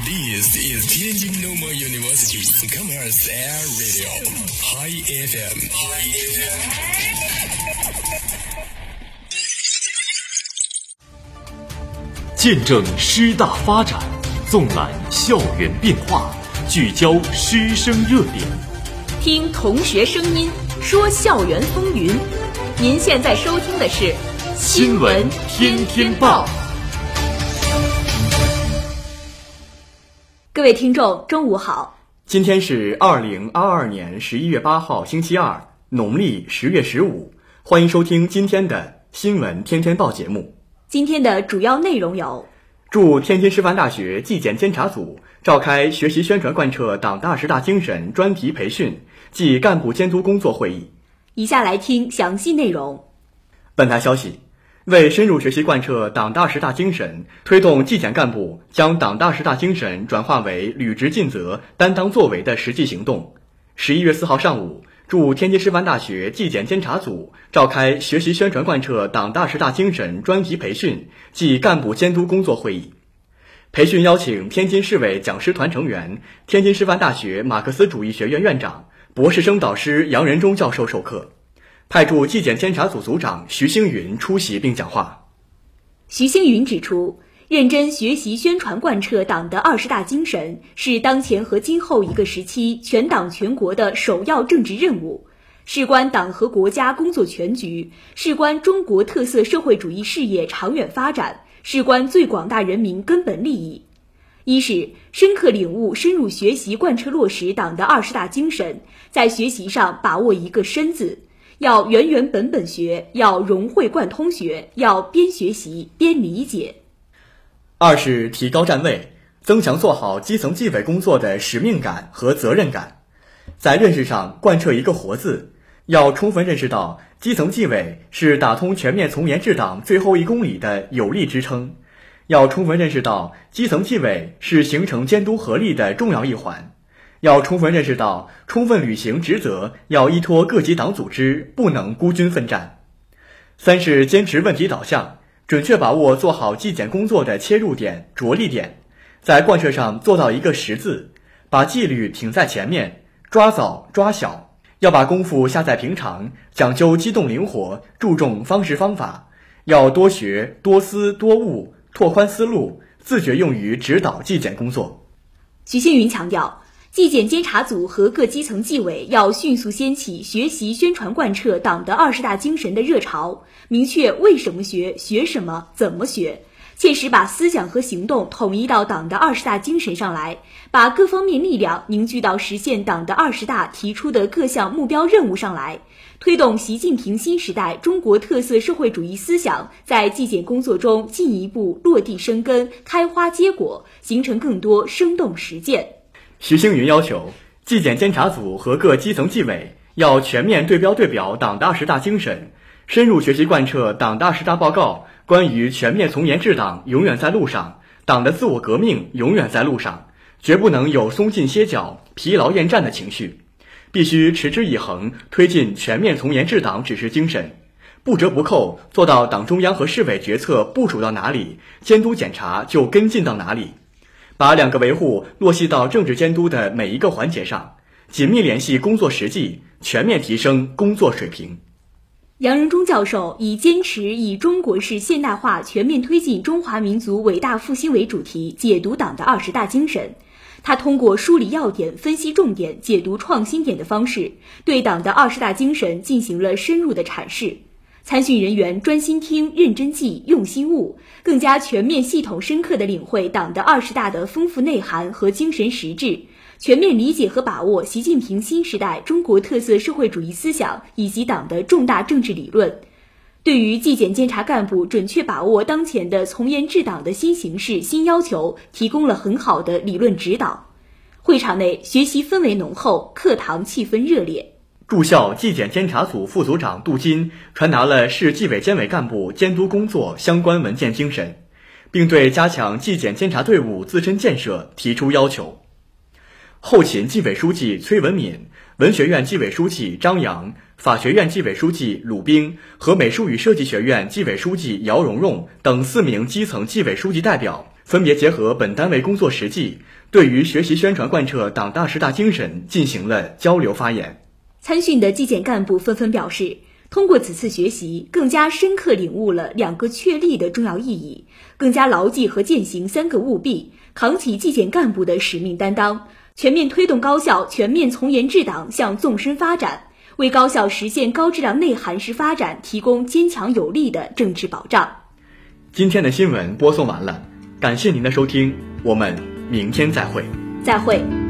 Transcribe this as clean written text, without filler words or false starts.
This is Tianjin Normal University Commerce Air Radio High FM。 见证师大发展，纵览校园变化，聚焦师生热点， 听同学声音，说校园风云。您现在收听的是新闻天天报。 各位听众，中午好。 今天是2022年11月8号，星期二，农历10月15。欢迎收听今天的新闻天天报节目。 今天的主要内容有： 驻天津师范大学纪检监察组召开学习宣传贯彻党的20大精神专题培训暨干部监督工作会议。 以下来听详细内容。 本台消息，为深入学习贯彻党的20大精神，推动纪检干部将党的20大精神转化为履职尽责、担当作为的实际行动，11月4号上午，驻天津师范大学纪检监察组召开学习宣传贯彻党的20大精神专题培训暨干部监督工作会议。培训邀请天津市委讲师团成员、天津师范大学马克思主义学院院长、博士生导师杨仁忠教授授课，派驻纪检监察组组长徐星云出席并讲话。 徐星云指出，认真学习宣传贯彻党的20大精神是当前和今后一个时期全党全国的首要政治任务，事关党和国家工作全局，事关中国特色社会主义事业长远发展，事关最广大人民根本利益。一是深刻领悟、深入学习贯彻落实党的20大精神，在学习上把握一个深字，要原原本本学，要融会贯通学，要边学习边理解。 二是提高站位，增强做好基层纪委工作的使命感和责任感，在认识上贯彻一个活字，要充分认识到基层纪委是打通全面从严治党最后1公里的有力支撑，要充分认识到基层纪委是形成监督合力的重要一环，要充分认识到充分履行职责要依托各级党组织，不能孤军奋战。三是坚持问题导向，准确把握做好纪检工作的切入点、着力点，在贯彻上做到一个实字，把纪律挺在前面，抓早抓小，要把功夫下在平常，讲究机动灵活，注重方式方法，要多学多思多悟，拓宽思路，自觉用于指导纪检工作。 徐星云强调，纪检监察组和各基层纪委要迅速掀起学习宣传贯彻党的20大精神的热潮，明确为什么学、学什么、怎么学，切实把思想和行动统一到党的20大精神上来，把各方面力量凝聚到实现党的20大提出的各项目标任务上来，推动习近平新时代中国特色社会主义思想在纪检工作中进一步落地生根、开花结果，形成更多生动实践。 徐星云要求，纪检监察组和各基层纪委要全面对标党的20大精神，深入学习贯彻党的20大报告关于全面从严治党永远在路上，党的自我革命永远在路上，绝不能有松劲歇脚、疲劳厌战的情绪，必须持之以恒推进全面从严治党指示精神，不折不扣做到党中央和市委决策部署到哪里，监督检查就跟进到哪里，把2个维护落细到政治监督的每一个环节上，紧密联系工作实际，全面提升工作水平。 杨仁忠教授以坚持以中国式现代化全面推进中华民族伟大复兴为主题，解读党的20大精神。他通过梳理要点、分析重点、解读创新点的方式，对党的20大精神进行了深入的阐释。参训人员专心听、认真记、用心悟，更加全面、系统、深刻地领会党的20大的丰富内涵和精神实质，全面理解和把握习近平新时代中国特色社会主义思想以及党的重大政治理论，对于纪检监察干部准确把握当前的从严治党的新形势、新要求，提供了很好的理论指导。会场内学习氛围浓厚，课堂气氛热烈。 驻校纪检监察组副组长杜金传达了市纪委监委干部监督工作相关文件精神，并对加强纪检监察队伍自身建设提出要求。后勤纪委书记崔文敏、文学院纪委书记张扬、法学院纪委书记鲁冰和美术与设计学院纪委书记姚蓉蓉等4名基层纪委书记代表分别结合本单位工作实际，对于学习宣传贯彻党大10大精神进行了交流发言。 参训的纪检干部纷纷表示，通过此次学习，更加深刻领悟了2个确立的重要意义，更加牢记和践行3个务必，扛起纪检干部的使命担当，全面推动高校全面从严治党向纵深发展，为高校实现高质量内涵式发展提供坚强有力的政治保障。 今天的新闻播送完了，感谢您的收听，我们明天再会。 再会。